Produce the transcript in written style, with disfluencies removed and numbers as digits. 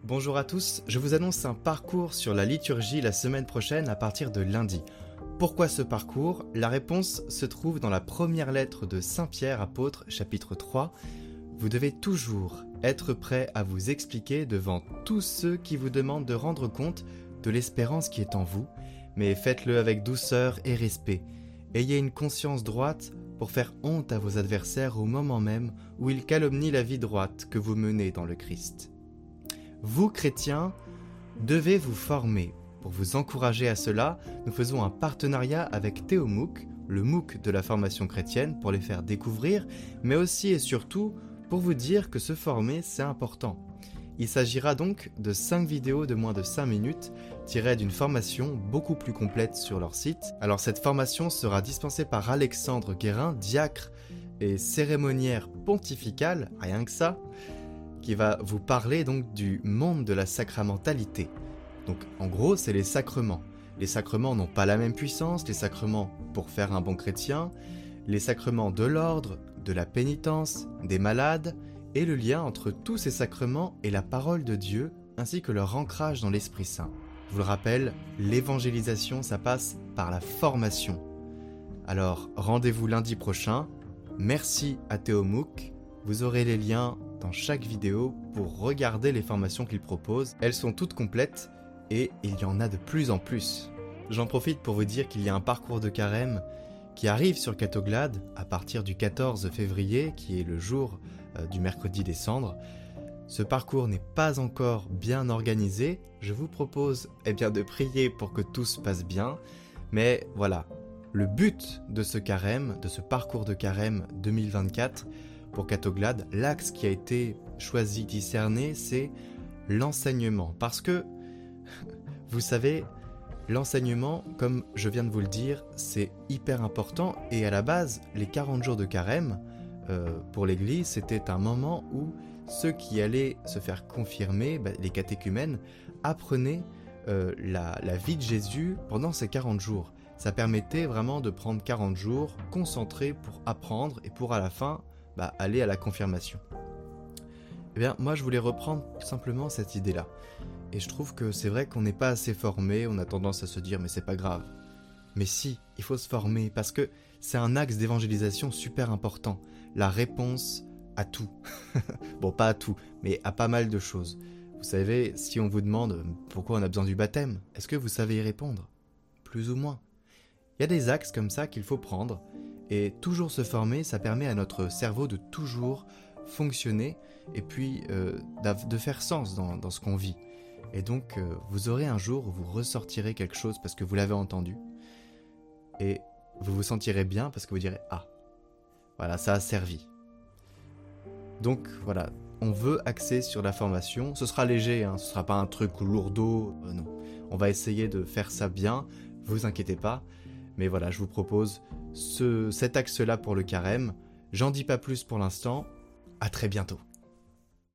Bonjour à tous, je vous annonce un parcours sur la liturgie la semaine prochaine à partir de lundi. Pourquoi ce parcours? La réponse se trouve dans la première lettre de Saint Pierre apôtre, chapitre 3. Vous devez toujours être prêt à vous expliquer devant tous ceux qui vous demandent de rendre compte de l'espérance qui est en vous, mais faites-le avec douceur et respect. Ayez une conscience droite pour faire honte à vos adversaires au moment même où ils calomnient la vie droite que vous menez dans le Christ. Vous, chrétiens, devez vous former. Pour vous encourager à cela, nous faisons un partenariat avec ThéoMOOC, le MOOC de la formation chrétienne, pour les faire découvrir, mais aussi et surtout pour vous dire que se former, c'est important. Il s'agira donc de 5 vidéos de moins de 5 minutes, tirées d'une formation beaucoup plus complète sur leur site. Alors cette formation sera dispensée par Alexandre Guérin, diacre et cérémoniaire pontifical, rien que ça, qui va vous parler donc du monde de la sacramentalité. Donc en gros, c'est les sacrements. Les sacrements n'ont pas la même puissance, les sacrements pour faire un bon chrétien, les sacrements de l'ordre, de la pénitence, des malades, et le lien entre tous ces sacrements et la parole de Dieu, ainsi que leur ancrage dans l'Esprit Saint. Je vous le rappelle, l'évangélisation, ça passe par la formation. Alors, rendez-vous lundi prochain. Merci à ThéoMOOC. Vous aurez les liens dans chaque vidéo pour regarder les formations qu'ils proposent. Elles sont toutes complètes et il y en a de plus en plus. J'en profite pour vous dire qu'il y a un parcours de carême qui arrive sur Catoglade à partir du 14 février, qui est le jour du mercredi des cendres. Ce parcours n'est pas encore bien organisé. Je vous propose de prier pour que tout se passe bien. Mais voilà, le but de ce carême, de ce parcours de carême 2024, pour Catoglade, l'axe qui a été choisi, discerné, c'est l'enseignement. Parce que, vous savez, l'enseignement, comme je viens de vous le dire, c'est hyper important. Et à la base, les 40 jours de carême, pour l'Église, c'était un moment où ceux qui allaient se faire confirmer, les catéchumènes, apprenaient la vie de Jésus pendant ces 40 jours. Ça permettait vraiment de prendre 40 jours concentrés pour apprendre et pour à la fin aller à la confirmation. Moi je voulais reprendre simplement cette idée-là. Et je trouve que c'est vrai qu'on n'est pas assez formé, on a tendance à se dire mais c'est pas grave. Mais si, il faut se former parce que c'est un axe d'évangélisation super important. La réponse à tout. Bon, pas à tout, mais à pas mal de choses. Vous savez, si on vous demande pourquoi on a besoin du baptême, est-ce que vous savez y répondre? Plus ou moins. Il y a des axes comme ça qu'il faut prendre. Et toujours se former, ça permet à notre cerveau de toujours fonctionner et puis de faire sens dans ce qu'on vit. Et donc, vous aurez un jour où vous ressortirez quelque chose parce que vous l'avez entendu. Et vous vous sentirez bien parce que vous direz « Ah, voilà, ça a servi ». Donc voilà, on veut axer sur la formation. Ce sera léger, ce ne sera pas un truc lourdeau, non. On va essayer de faire ça bien, vous inquiétez pas. Mais voilà, je vous propose cet axe-là pour le carême. J'en dis pas plus pour l'instant. À très bientôt.